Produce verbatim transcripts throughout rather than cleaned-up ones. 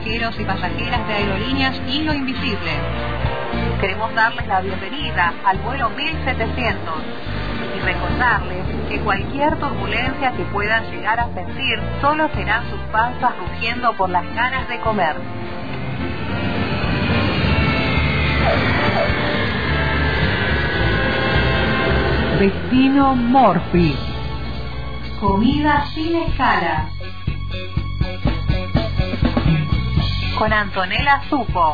pasajeros y pasajeras de Aerolíneas Hilo Invisible. Queremos darles la bienvenida al vuelo mil setecientos y recordarles que cualquier turbulencia que puedan llegar a sentir solo serán sus panzas rugiendo por las ganas de comer. Destino Morphy. Comida sin escala. Con Antonella Supo.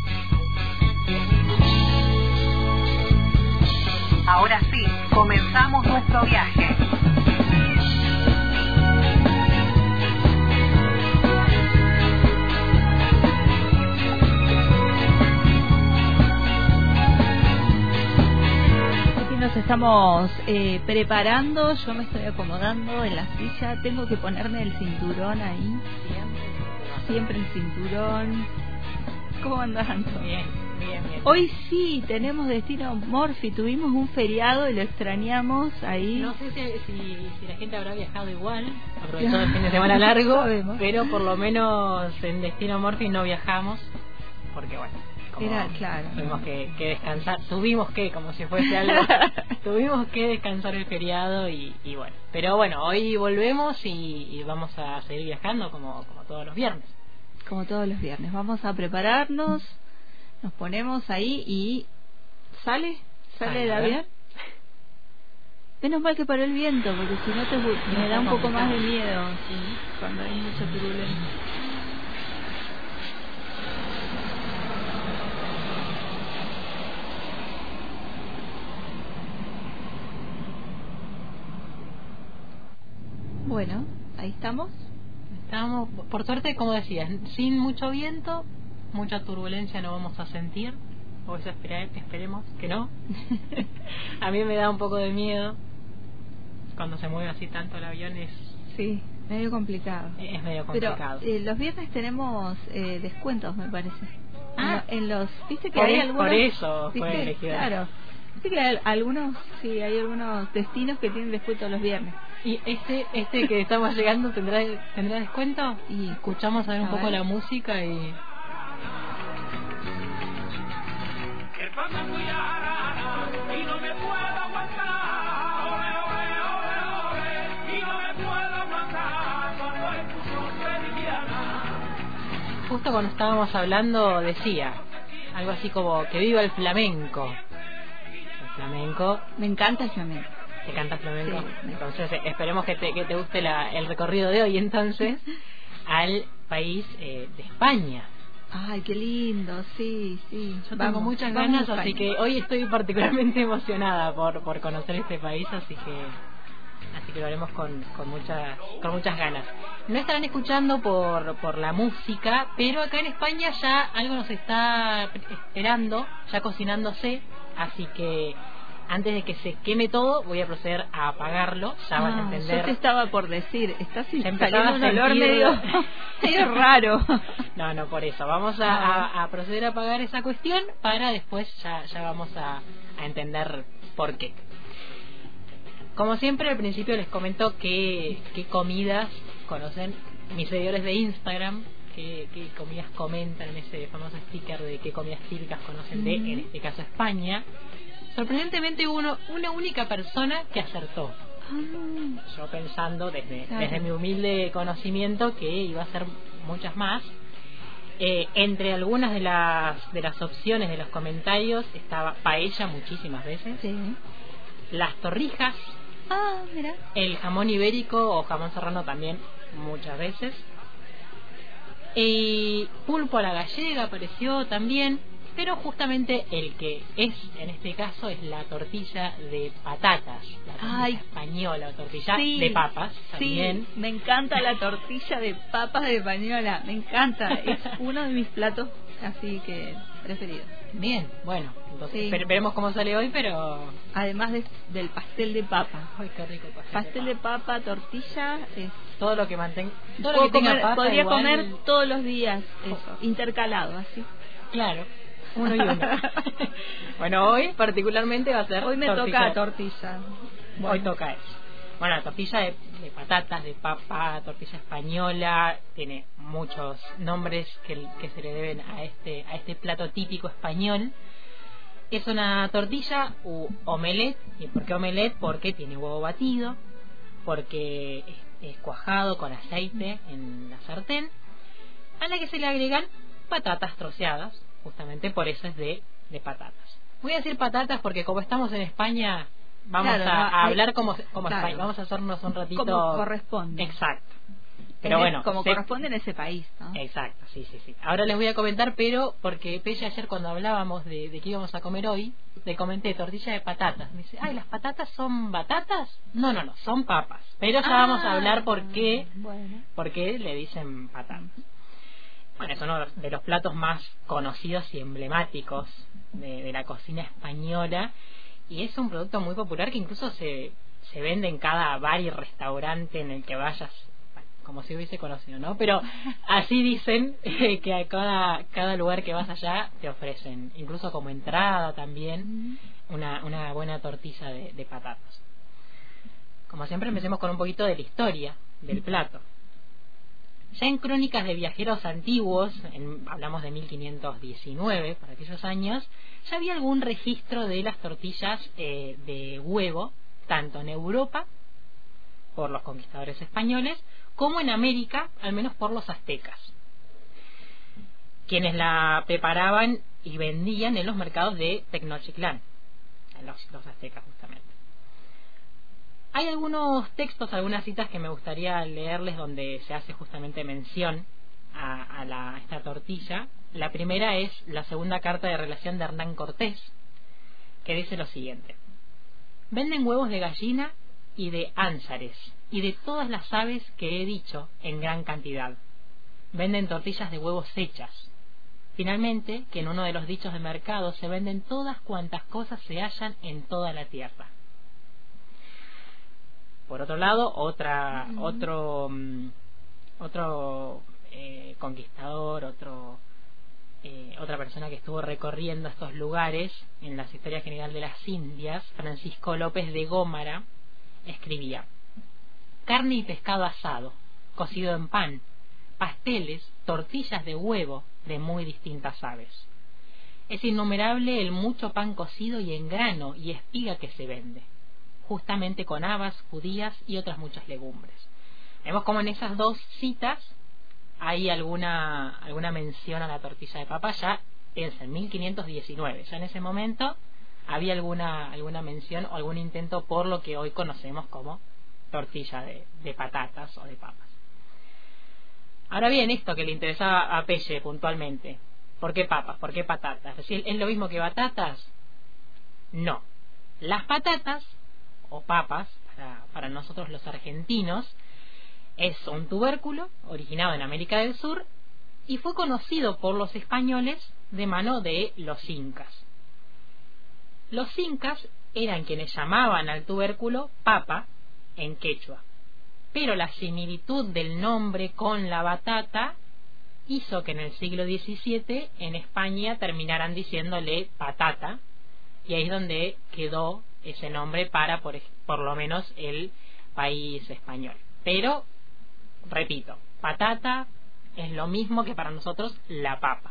Ahora sí, comenzamos nuestro viaje. Aquí nos estamos eh, preparando, yo me estoy acomodando en la silla, tengo que ponerme el cinturón ahí, siempre, siempre el cinturón. ¿Cómo andás, Antonio? Bien. Bien, bien. Hoy sí tenemos Destino Morphy, tuvimos un feriado y lo extrañamos ahí. No sé si, si, si la gente habrá viajado igual, aprovechó el fin de semana largo, pero por lo menos en Destino Morphy no viajamos, porque bueno, como era claro. Tuvimos que, que descansar, tuvimos que, como si fuese algo, tuvimos que descansar el feriado y, y bueno. Pero bueno, hoy volvemos y, y vamos a seguir viajando como, como todos los viernes. Como todos los viernes, vamos a prepararnos. Nos ponemos ahí y ¿sale? ¿Sale el avión? Menos mal que paró el viento, porque si no te me da un poco más de miedo, sí, cuando hay mucha turbulencia. Bueno, ahí estamos. Estamos, por suerte, como decías, sin mucho viento. Mucha turbulencia no vamos a sentir, o eso espere, esperemos que no. A mí me da un poco de miedo cuando se mueve así tanto el avión, es sí, medio complicado. Es medio complicado. Pero eh, los viernes tenemos eh, descuentos, me parece. Ah, en, lo, en los, viste que por, hay es, algunos, por eso ¿viste? Fue elegido. Claro, viste que hay algunos, sí, hay algunos destinos que tienen descuento los viernes. ¿Y este este que estamos llegando tendrá tendrá descuento? Y escuchamos a ver un a poco ver. la música y y no me puedo aguantar, ole, ole, ole, ole, y no me puedo aguantar cuando escucho Sevillana. Justo cuando estábamos hablando decía algo así como que viva el flamenco. El flamenco. Me encanta el flamenco. ¿Te canta flamenco? Sí, entonces esperemos que te, que te guste la, el recorrido de hoy entonces al país eh, de España. Ay, qué lindo, sí, sí. Yo vamos, tengo muchas ganas, así que hoy estoy particularmente emocionada por por conocer este país, así que así que lo haremos con con muchas con muchas ganas. No estarán escuchando por por la música, pero acá en España ya algo nos está esperando, ya cocinándose, así que antes de que se queme todo, voy a proceder a apagarlo. Ya van a entender. Yo te estaba por decir, estás saliendo un olor medio, medio raro. No, no, por eso. Vamos a, a, a proceder a apagar esa cuestión para después ya, ya vamos a, a entender por qué. Como siempre, al principio les comento qué, qué comidas conocen mis seguidores de Instagram, qué, qué comidas comentan en ese famoso sticker de qué comidas típicas conocen de, en este caso, España. Sorprendentemente hubo uno, una única persona que acertó. Ah. Yo pensando desde, claro. desde mi humilde conocimiento que iba a ser muchas más. Eh, entre algunas de las de las opciones de los comentarios estaba paella muchísimas veces, sí. Las torrijas, ah, mira. El jamón ibérico o jamón serrano también muchas veces, y pulpo a la gallega apareció también. Pero justamente el que es, en este caso, es la tortilla de patatas, la tortilla Ay, española o tortilla sí, de papas también. Sí, me encanta la tortilla de papas de española, me encanta, es uno de mis platos así que preferidos. Bien, bueno, entonces sí. veremos cómo sale hoy, pero... Además de, del pastel de papa. Ay, qué rico pastel, pastel de papa. de papa, tortilla, es... todo lo que mantenga... Todo lo que tenga comer, papa podría igual... comer todos los días, eso, intercalado, así. Claro. Uno y uno. Bueno, hoy particularmente va a ser hoy me tortilla. toca tortilla. Bueno. Hoy toca eso. Bueno, la tortilla de, de patatas, de papa, tortilla española, tiene muchos nombres que, que se le deben a este, a este plato típico español. Es una tortilla u omelette. ¿Y por qué omelette? Porque tiene huevo batido, porque es, es cuajado con aceite en la sartén, a la que se le agregan patatas troceadas, justamente por eso es de, de patatas. Voy a decir patatas porque como estamos en España, vamos claro, a, no, a hay, hablar como, como claro, España, vamos a hacernos un ratito... Como corresponde. Exacto. Pero en bueno, el, como se... corresponde en ese país, ¿no? Exacto, sí, sí, sí. Ahora les voy a comentar, pero porque Pelle ayer cuando hablábamos de, de qué íbamos a comer hoy, le comenté tortilla de patatas. Me dice, ay, ¿las patatas son batatas? No, no, no, son papas. Pero ya ah, vamos a hablar por qué, bueno. por qué le dicen patatas. Bueno, es uno de los platos más conocidos y emblemáticos de, de la cocina española, y es un producto muy popular que incluso se, se vende en cada bar y restaurante en el que vayas, como si hubiese conocido, ¿no? Pero así dicen eh, que a cada, cada lugar que vas allá te ofrecen, incluso como entrada también, una, una buena tortilla de, de patatas. Como siempre, empecemos con un poquito de la historia del plato. Ya en crónicas de viajeros antiguos, en, hablamos de mil quinientos diecinueve, para aquellos años, ya había algún registro de las tortillas eh, de huevo, tanto en Europa, por los conquistadores españoles, como en América, al menos por los aztecas, quienes la preparaban y vendían en los mercados de Tecnochiclán, los, los aztecas justamente. Hay algunos textos, algunas citas que me gustaría leerles donde se hace justamente mención a, a, la, a esta tortilla. La primera es la segunda carta de relación de Hernán Cortés, que dice lo siguiente: venden huevos de gallina y de ánsares y de todas las aves que he dicho en gran cantidad. Venden tortillas de huevos hechas. Finalmente, que en uno de los dichos de mercado se venden todas cuantas cosas se hallan en toda la tierra. Por otro lado, otra mm. otro um, otro eh, conquistador, otro eh, otra persona que estuvo recorriendo estos lugares en las historias general de las Indias, Francisco López de Gómara, escribía: carne y pescado asado, cocido en pan, pasteles, tortillas de huevo de muy distintas aves. Es innumerable el mucho pan cocido y en grano y espiga que se vende, justamente con habas, judías y otras muchas legumbres. Vemos como en esas dos citas hay alguna alguna mención a la tortilla de papa. Ya es en mil quinientos diecinueve, ya en ese momento había alguna alguna mención o algún intento por lo que hoy conocemos como tortilla de, de patatas o de papas. Ahora bien, esto que le interesaba a Pelle puntualmente, ¿por qué papas? ¿Por qué patatas? Es decir, ¿es lo mismo que batatas? No. Las patatas o papas, para, para nosotros los argentinos, es un tubérculo originado en América del Sur y fue conocido por los españoles de mano de los incas. Los incas eran quienes llamaban al tubérculo papa en quechua, pero la similitud del nombre con la batata hizo que en el siglo diecisiete en España terminaran diciéndole patata, y ahí es donde quedó ese nombre para por, por lo menos el país español. Pero, repito, patata es lo mismo que para nosotros la papa.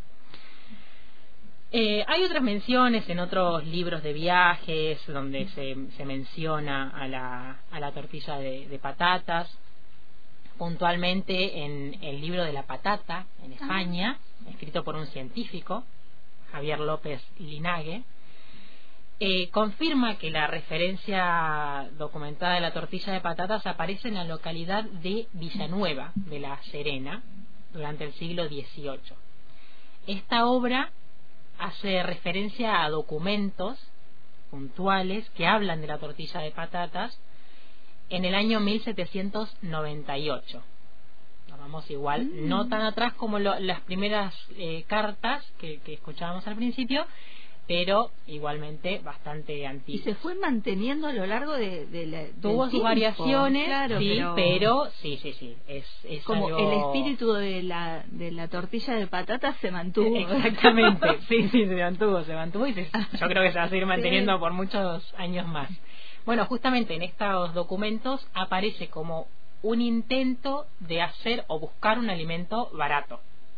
Eh, hay otras menciones en otros libros de viajes donde se, se menciona a la, a la tortilla de, de patatas, puntualmente en el libro de la patata en España, escrito por un científico, Javier López Linague. Eh, confirma que la referencia documentada de la tortilla de patatas aparece en la localidad de Villanueva de la Serena durante el siglo dieciocho. Esta obra hace referencia a documentos puntuales que hablan de la tortilla de patatas en el año mil setecientos noventa y ocho. Nos vamos igual, mm. no tan atrás como lo, las primeras eh, cartas que, que escuchábamos al principio, pero igualmente bastante antiguo. Y se fue manteniendo a lo largo de, de la, tuvo sus variaciones, claro, sí, pero, pero sí, sí, sí, es, es como algo... el espíritu de la de la tortilla de patatas se mantuvo. Exactamente, sí, sí, se mantuvo, se mantuvo y se, yo creo que se va a seguir manteniendo sí. por muchos años más. Bueno, justamente en estos documentos aparece como un intento de hacer o buscar un alimento barato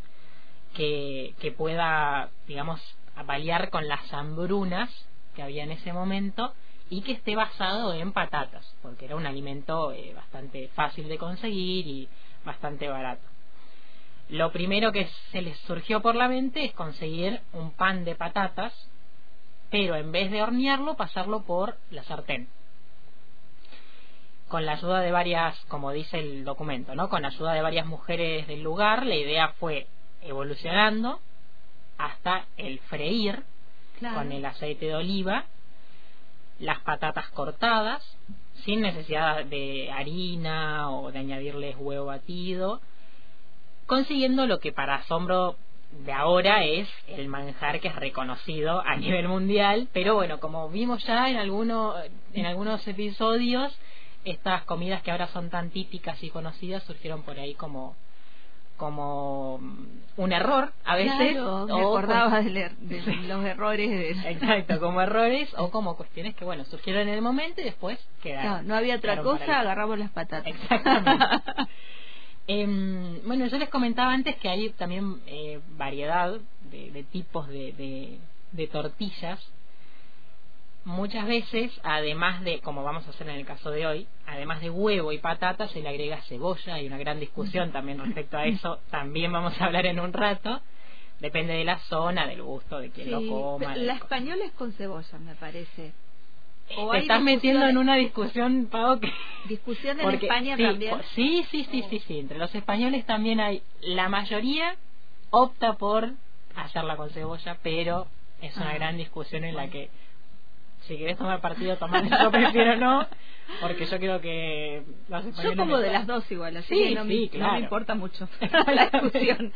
que, que pueda, digamos, paliar con las hambrunas que había en ese momento y que esté basado en patatas, porque era un alimento eh, bastante fácil de conseguir y bastante barato. Lo primero que se les surgió por la mente es conseguir un pan de patatas, pero en vez de hornearlo, pasarlo por la sartén. Con la ayuda de varias, como dice el documento, ¿no? Con la ayuda de varias mujeres del lugar, la idea fue evolucionando hasta el freír, claro, con el aceite de oliva, las patatas cortadas, sin necesidad de harina o de añadirles huevo batido, consiguiendo lo que para asombro de ahora es el manjar que es reconocido a nivel mundial. Pero bueno, como vimos ya en, alguno, en algunos episodios, estas comidas que ahora son tan típicas y conocidas surgieron por ahí como como un error a veces. Claro, me acordaba de, leer, de los errores de... Exacto, como errores o como cuestiones que bueno surgieron en el momento y después quedaron. No, no había otra cosa, agarramos las patatas. Exactamente. eh, bueno, yo les comentaba antes que hay también eh, variedad de, de tipos de, de, de tortillas. Muchas veces, además de, como vamos a hacer en el caso de hoy, además de huevo y patata, se le agrega cebolla. Hay una gran discusión también respecto a eso. También vamos a hablar en un rato. Depende de la zona, del gusto, de quien sí, lo coma. La española es con cebolla, me parece. O Te estás metiendo en una discusión, Pau, que... ¿Discusión en porque, España sí, también? Sí, sí, sí, sí, sí. Entre los españoles también hay... La mayoría opta por hacerla con cebolla, pero es una ah, gran discusión en bueno. la que... Si querés tomar partido, tomar, yo prefiero no, porque yo creo que los yo como de las dos igual, así sí, que no, sí, me, claro. no me importa mucho la discusión.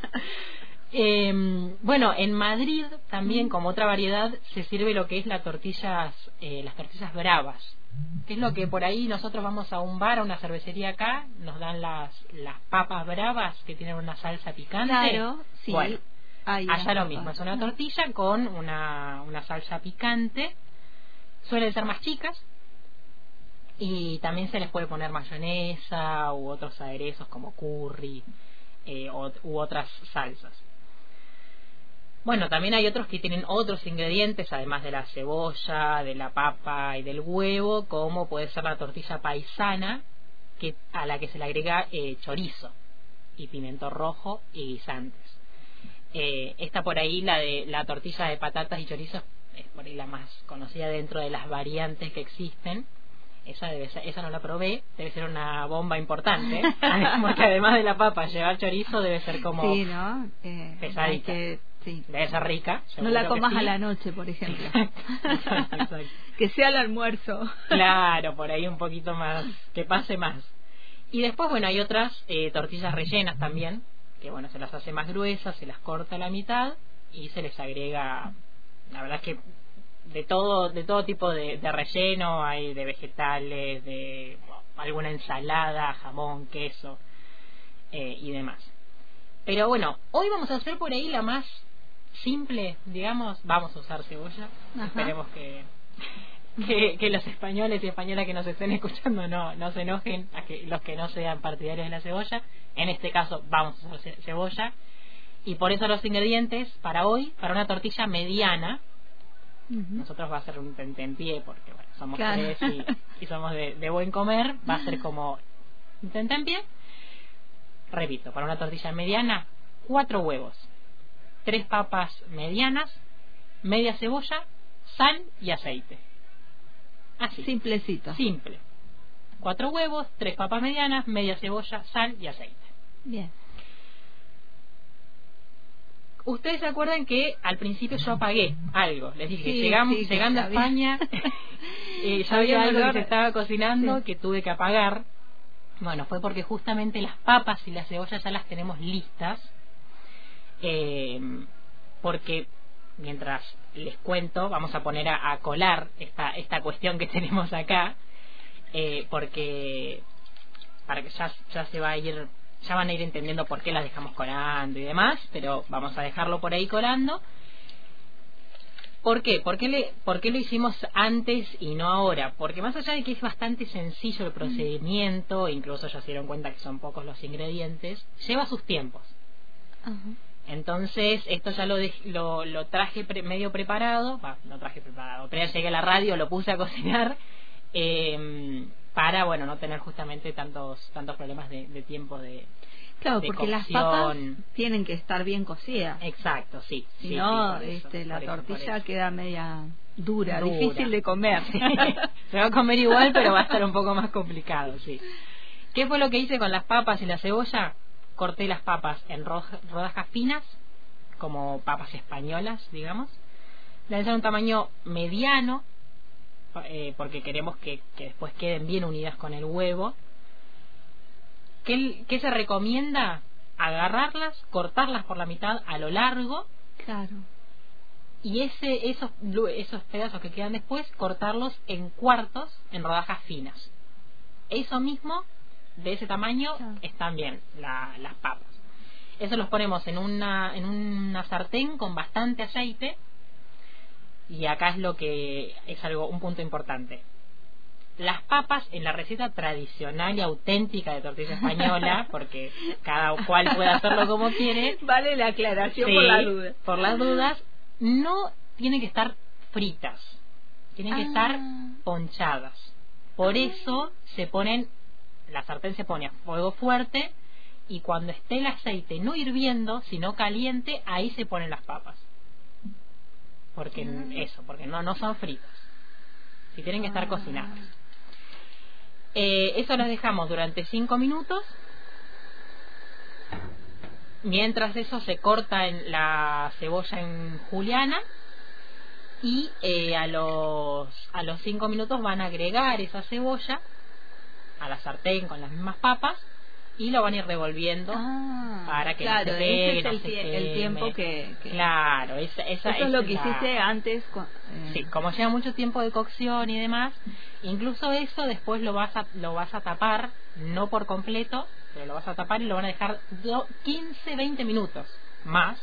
eh, bueno, en Madrid también, como otra variedad, se sirve lo que es la tortillas, eh, las tortillas bravas, que es lo que por ahí nosotros vamos a un bar, a una cervecería acá, nos dan las las papas bravas que tienen una salsa picante. Claro, sí. Bueno, Ay, allá lo mismo, es una tortilla con una, una salsa picante. Suelen ser más chicas y también se les puede poner mayonesa u otros aderezos como curry eh, o, u otras salsas. Bueno, también hay otros que tienen otros ingredientes además de la cebolla, de la papa y del huevo, como puede ser la tortilla paisana, que a la que se le agrega eh, chorizo y pimiento rojo y guisantes. Eh, esta por ahí, la de la tortilla de patatas y chorizo, es por ahí la más conocida dentro de las variantes que existen. Esa debe ser, esa no la probé, debe ser una bomba importante, porque además de la papa llevar chorizo debe ser como sí, ¿no? eh, pesadita, que, sí. debe ser rica. No la comas sí. a la noche, por ejemplo. Exacto, exacto. Que sea el almuerzo. Claro, por ahí un poquito más, que pase más. Y después, bueno, hay otras eh, tortillas rellenas también, que bueno, se las hace más gruesas, se las corta a la mitad y se les agrega... La verdad es que de todo de todo tipo de, de relleno hay, de vegetales, de bueno, alguna ensalada, jamón, queso eh, y demás. Pero bueno, hoy vamos a hacer por ahí la más simple, digamos. Vamos a usar cebolla. Ajá. Esperemos que, que que los españoles y españolas que nos estén escuchando no, no se enojen, a que los que no sean partidarios de la cebolla. En este caso vamos a usar cebolla. Y por eso los ingredientes para hoy, para una tortilla mediana, uh-huh. nosotros va a ser un tentempié, porque bueno, somos claro. tres y, y somos de, de buen comer, va a ser como un tentempié. Repito, para una tortilla mediana, cuatro huevos, tres papas medianas, media cebolla, sal y aceite. Así. Simplecito. Simple. Cuatro huevos, tres papas medianas, media cebolla, sal y aceite. Bien. Ustedes se acuerdan que al principio yo apagué algo. Les dije, sí, llegamos, sí, llegando a España, eh, ya había algo que se estaba cocinando sí. que tuve que apagar. Bueno, fue porque justamente las papas y las cebollas ya las tenemos listas. Eh, porque mientras les cuento, vamos a poner a, a colar esta, esta cuestión que tenemos acá. Eh, porque para que ya, ya se va a ir... Ya van a ir entendiendo por qué las dejamos colando y demás, pero vamos a dejarlo por ahí colando. ¿Por qué? ¿Por qué, le, ¿Por qué lo hicimos antes y no ahora? Porque más allá de que es bastante sencillo el procedimiento, incluso ya se dieron cuenta que son pocos los ingredientes, lleva sus tiempos. Ajá. Entonces, esto ya lo, de, lo, lo traje pre, medio preparado, bah, no traje preparado, pero ya llegué a la radio, lo puse a cocinar, eh, para, bueno, no tener justamente tantos tantos problemas de, de tiempo de Claro, de porque cocción. Las papas tienen que estar bien cocidas. Exacto, sí. Si sí, no, sí, eso, este, la eso, tortilla queda media dura, Dura. difícil de comer. Se va a comer igual, pero va a estar un poco más complicado, sí. ¿Qué fue lo que hice con las papas y la cebolla? Corté las papas en rodajas finas, como papas españolas, digamos. Las hice en un tamaño mediano, eh, porque queremos que, que después queden bien unidas con el huevo. ¿Qué, ¿Qué se recomienda? Agarrarlas, cortarlas por la mitad a lo largo. Claro. Y ese esos esos pedazos que quedan después, cortarlos en cuartos, en rodajas finas. Eso mismo, de ese tamaño, Claro. están bien la, las papas. Eso los ponemos en una en una sartén con bastante aceite. Y acá es lo que es algo un punto importante. Las papas en la receta tradicional y auténtica de tortilla española, porque cada cual puede hacerlo como quiere. Vale la aclaración, Sí, por la duda. por las dudas, no tienen que estar fritas, tienen que Ah. estar ponchadas. Por Ah. eso se ponen, la sartén se pone a fuego fuerte, y cuando esté el aceite no hirviendo, sino caliente, ahí se ponen las papas. Porque Ah. eso, porque no, no son fritas. Si tienen que estar Ah. cocinadas. Eh, eso lo dejamos durante cinco minutos. Mientras eso se corta en la cebolla en juliana. Y eh, a los a los cinco minutos van a agregar esa cebolla a la sartén con las mismas papas. Y lo van a ir revolviendo Ah, para que claro, no se pegue, ese es no el, se tie- queme. el tiempo que, que- Claro, esa, esa, eso es lo que la- hiciste antes. cu- eh, Sí, como lleva mucho tiempo de cocción y demás, incluso eso después lo vas a lo vas a tapar, no por completo, pero lo vas a tapar y lo van a dejar do- quince, veinte minutos más.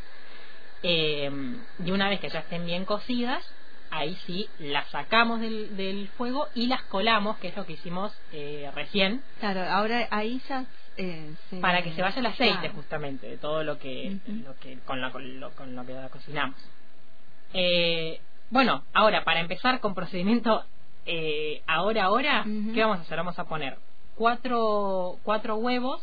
Eh, y una vez que ya estén bien cocidas, ahí sí las sacamos del, del fuego y las colamos, que es lo que hicimos eh, recién, Claro, ahora ahí ya eh, se- para que se vaya el aceite, Claro. justamente, de todo lo que, Ujú. lo que con, lo, con, lo, con lo que la cocinamos. Eh, bueno, ahora para empezar con procedimiento eh, ahora ahora, Ujú. ¿qué vamos a hacer? Vamos a poner cuatro cuatro huevos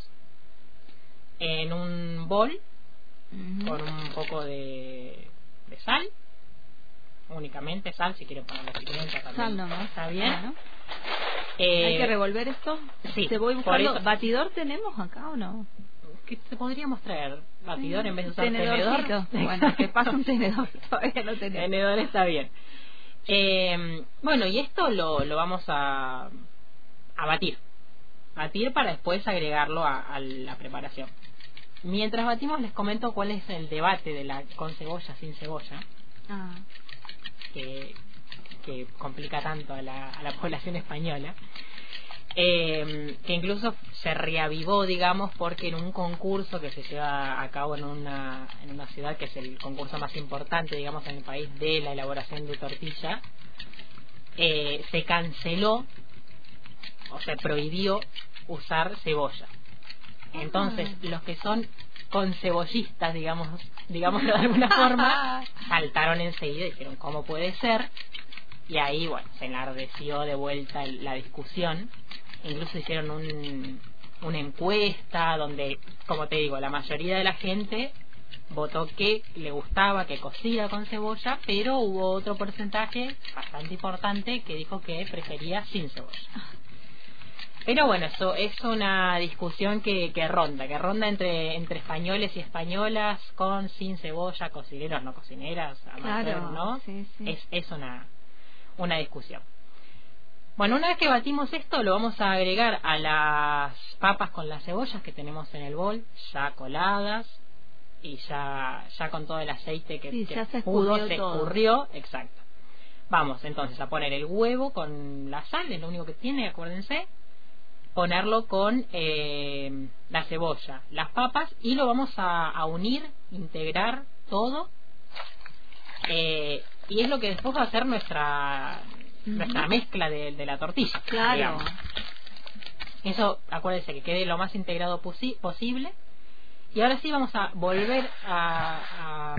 en un bol Ujú. con un poco de, de sal, únicamente sal, si quieren ponerle pimienta también Sal nomás. está bien. Bueno. Eh, Hay que revolver esto. sí, Te voy por buscando. eso- ¿Batidor tenemos acá o no? ¿Qué te podríamos traer? ¿Batidor en vez de usar Tenedorcito. tenedor? Bueno, te paso un tenedor. Todavía no tenemos. Tenedor está bien. Eh, bueno, y esto lo, lo vamos a, a batir. Batir para después agregarlo a, a la preparación. Mientras batimos les comento cuál es el debate de la con cebolla, sin cebolla, Ah, que, que complica tanto a la, a la población española. Eh, que incluso se reavivó, digamos, porque en un concurso que se lleva a cabo en una, en una ciudad que es el concurso más importante, digamos, en el país de la elaboración de tortilla, eh, se canceló o se prohibió usar cebolla. Entonces, los que son concebollistas, digamos, digámoslo de alguna forma, saltaron enseguida y dijeron, ¿cómo puede ser? Y ahí, bueno, se enardeció de vuelta el- la discusión. Incluso hicieron un, una encuesta donde, como te digo, la mayoría de la gente votó que le gustaba que cocina con cebolla, pero hubo otro porcentaje bastante importante que dijo que prefería sin cebolla. Pero bueno, eso es una discusión que, que ronda, que ronda entre entre españoles y españolas, con, sin cebolla, cocineros, no cocineras, amateur, Claro, ¿no? sí, sí. Es, es una, una discusión. Bueno, una vez que batimos esto, lo vamos a agregar a las papas con las cebollas que tenemos en el bol, ya coladas y ya ya con todo el aceite que, Sí, que ya se pudo, escurrió se todo. escurrió, exacto. Vamos entonces a poner el huevo con la sal, es lo único que tiene, acuérdense. Ponerlo con eh, la cebolla, las papas, y lo vamos a, a unir, integrar todo. Eh, y es lo que después va a ser nuestra nuestra mezcla de, de la tortilla. Claro. Digamos. Eso, acuérdense, que quede lo más integrado posi posible. Y ahora sí vamos a volver a, a,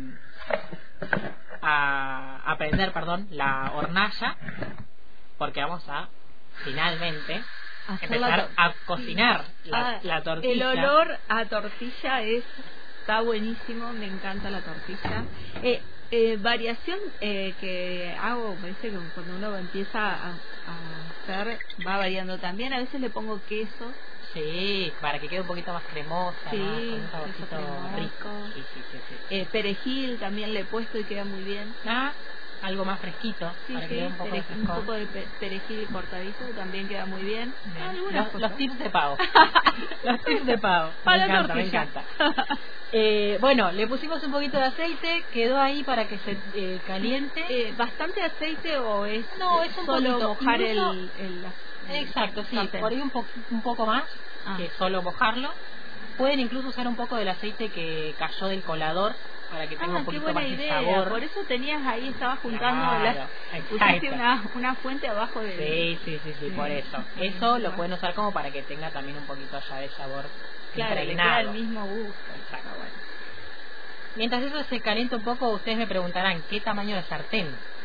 a aprender, perdón, la hornalla, porque vamos a finalmente Hacer empezar la a cocinar la, Ah, la tortilla. El olor a tortilla es está buenísimo, me encanta la tortilla. Eh, eh, variación eh, que hago, parece que cuando uno empieza a, a hacer va variando también. A veces le pongo queso. Sí, para que quede un poquito más cremosa, Sí, ¿no? Con un queso saborcito cremoso. rico. Sí, sí, sí, sí. Eh, perejil también le he puesto y queda muy bien. Ah, algo más fresquito, Sí, para sí, que quede un poco de perejil- un frescor. poco de pe- perejil cortadito también queda muy bien. Bien. Algunas Los, cosas. los tips de Pau. Los tips de Pau. Para me la encanta, me tortilla. encanta. Eh, bueno, le pusimos un poquito de aceite, quedó ahí para que se eh, caliente. Eh, ¿Bastante aceite o es, No, es un solo poquito. mojar Incluso- el, el, el Exacto, sí, sartén? por ahí un, po un poco más Ah. que solo mojarlo. Pueden incluso usar un poco del aceite que cayó del colador para que tenga Ah, un qué poquito buena más de idea. sabor. Por eso tenías ahí, estabas juntando Claro, las... exacto. Pusiste una, una fuente abajo de... Sí, sí, sí, sí, Sí. por eso. Eso lo pueden usar como para que tenga también un poquito ya de sabor Claro, le queda impregnado. el mismo gusto. Exacto. Está bueno. Mientras eso se calienta un poco, ustedes me preguntarán, ¿qué tamaño de sartén?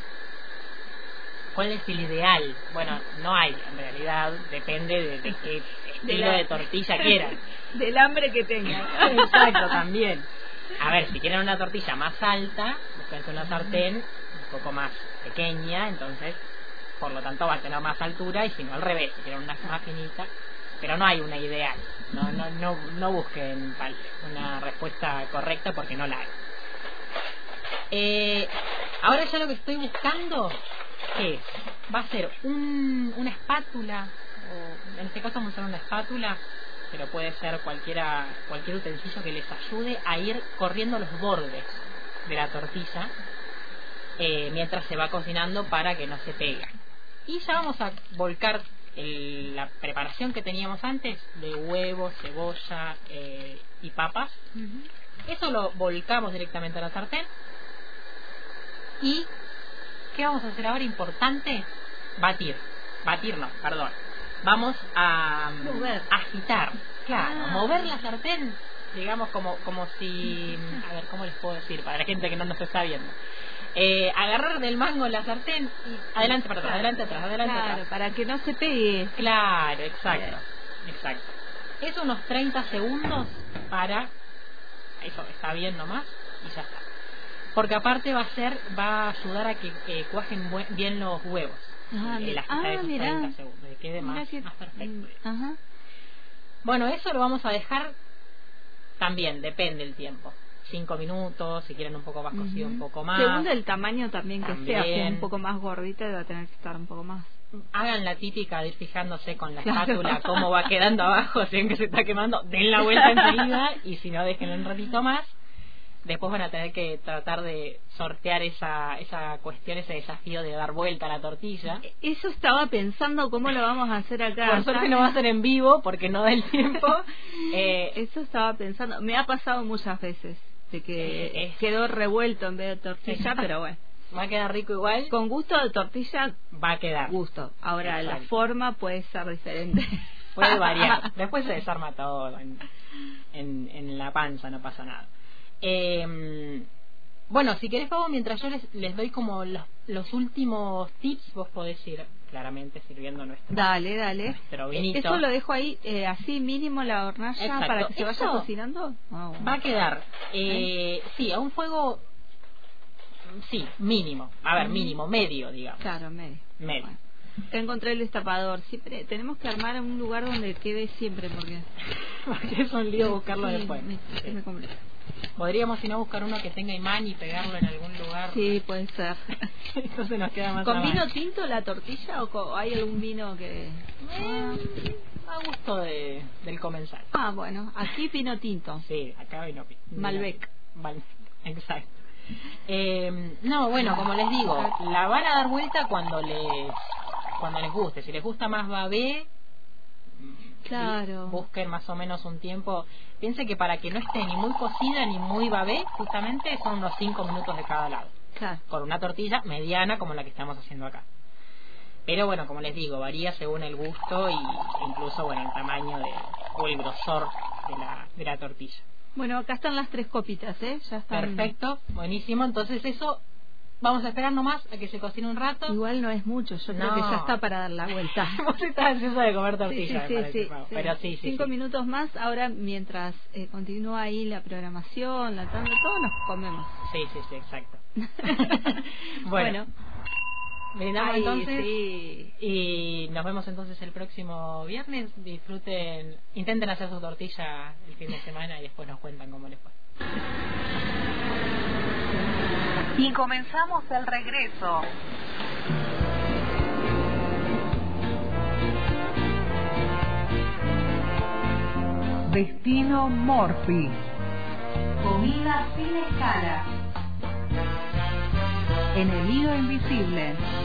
¿Cuál es el ideal? Bueno, no hay, en realidad, depende de, de qué estilo la- de tortilla quieran. Del hambre que tengas. Exacto, también. A ver, si quieren una tortilla más alta, busquen una sartén un poco más pequeña, entonces, por lo tanto, va a tener más altura, y si no, al revés, si quieren una más finita. Pero no hay una ideal. No, no, no, no busquen tal- una respuesta correcta porque no la hay. Eh, ahora ya lo que estoy buscando es, va a ser un, una espátula, o en este caso vamos a usar una espátula, pero puede ser cualquiera, cualquier utensilio que les ayude a ir corriendo los bordes de la tortilla eh, mientras se va cocinando para que no se pegue. Y ya vamos a volcar el- la preparación que teníamos antes de huevo, cebolla eh, y papas. Ujú. Eso lo volcamos directamente a la sartén. ¿Y qué vamos a hacer ahora? Importante, batir. Batir no, perdón. Vamos a mm, Mover. agitar. Claro, Ah. mover la sartén, digamos como como si... A ver, ¿cómo les puedo decir? Para la gente que no nos está viendo. Eh, agarrar del mango la sartén y adelante para atrás, adelante atrás, adelante Claro, atrás. para que no se pegue. Claro, exacto, exacto. Es unos treinta segundos para... Eso, está bien nomás y ya está. Porque aparte va a ser, va a ayudar a que eh, cuajen buen- bien los huevos. Ah, El mi- agitar ah, esos mirá. treinta segundos, que quede Mirá más, que- más perfecto. mm, Ajá. Bueno, eso lo vamos a dejar también, depende el tiempo. Cinco minutos, si quieren un poco más cocido, Ujú. un poco más. Según el tamaño también que sea, si es También. un poco más gordita va a tener que estar un poco más. Hagan la típica de ir fijándose con la Claro. espátula cómo va quedando abajo, si ven que se está quemando, den la vuelta enseguida y si no, dejen un ratito más. Después van a tener que tratar de sortear esa esa cuestión, ese desafío de dar vuelta a la tortilla. Eso estaba pensando cómo lo vamos a hacer acá. Por suerte no va a ser en vivo porque no da el tiempo. Eh, Eso estaba pensando. Me ha pasado muchas veces de que Eh, es- quedó revuelto en vez de tortilla, pero bueno. va a quedar rico igual. Con gusto de tortilla, Va a quedar. gusto. Ahora la Exacto. forma puede ser diferente. Puede variar. Después se desarma todo en, en, en la panza, no pasa nada. Eh, bueno, si querés, Pablo, mientras yo les, les doy como los, los últimos tips, vos podés ir claramente sirviendo nuestro, Dale, dale. nuestro vinito. Eso lo dejo ahí eh, así mínimo la hornalla Exacto. para que se vaya Eso cocinando. Ah, bueno. Va a quedar, eh, sí, a un fuego, sí, mínimo. A ver, Ujú. mínimo, medio, digamos. Claro, medio. Medio. Bueno. Acá encontré el destapador. Siempre tenemos que armar un lugar donde quede siempre porque Porque es un lío buscarlo sí, después. me- Sí. me complica. Podríamos, si no, buscar uno que tenga imán y pegarlo en algún lugar. Sí, puede ser. Entonces nos queda más ¿Con a vino mano. tinto la tortilla o co- hay algún vino que...? Ah, Eh, a gusto de, del comensal. ah, bueno, aquí vino tinto. Sí, acá vino pi- Malbec. Mal- exacto. Eh, no, bueno, como les digo, la van a dar vuelta cuando les cuando les guste. Si les gusta más babé, Claro. busquen más o menos un tiempo. Piense que para que no esté ni muy cocida ni muy babé, justamente son unos cinco minutos de cada lado. Claro. con una tortilla mediana como la que estamos haciendo acá. Pero bueno, como les digo, varía según el gusto y incluso bueno el tamaño de, o el grosor de la, de la tortilla. Bueno, acá están las tres copitas, ¿eh? Ya están. Perfecto, buenísimo. Entonces eso, vamos a esperar nomás a que se cocine un rato. Igual no es mucho, yo No. creo que ya está para dar la vuelta. Vos estás ansiosa de comer Sí, tortilla, sí, me sí, parece, sí, Pau. sí. Pero sí, sí, Cinco sí. minutos más, ahora mientras eh, continúa ahí la programación, la tanda, todo nos comemos. Sí, sí, sí, exacto. Bueno, bueno, brindamos ay, entonces sí. y nos vemos entonces el próximo viernes. Disfruten, intenten hacer su tortilla el fin de semana y después nos cuentan cómo les fue. Y comenzamos el regreso. Destino Morphy. Comida sin escala. En el hilo invisible.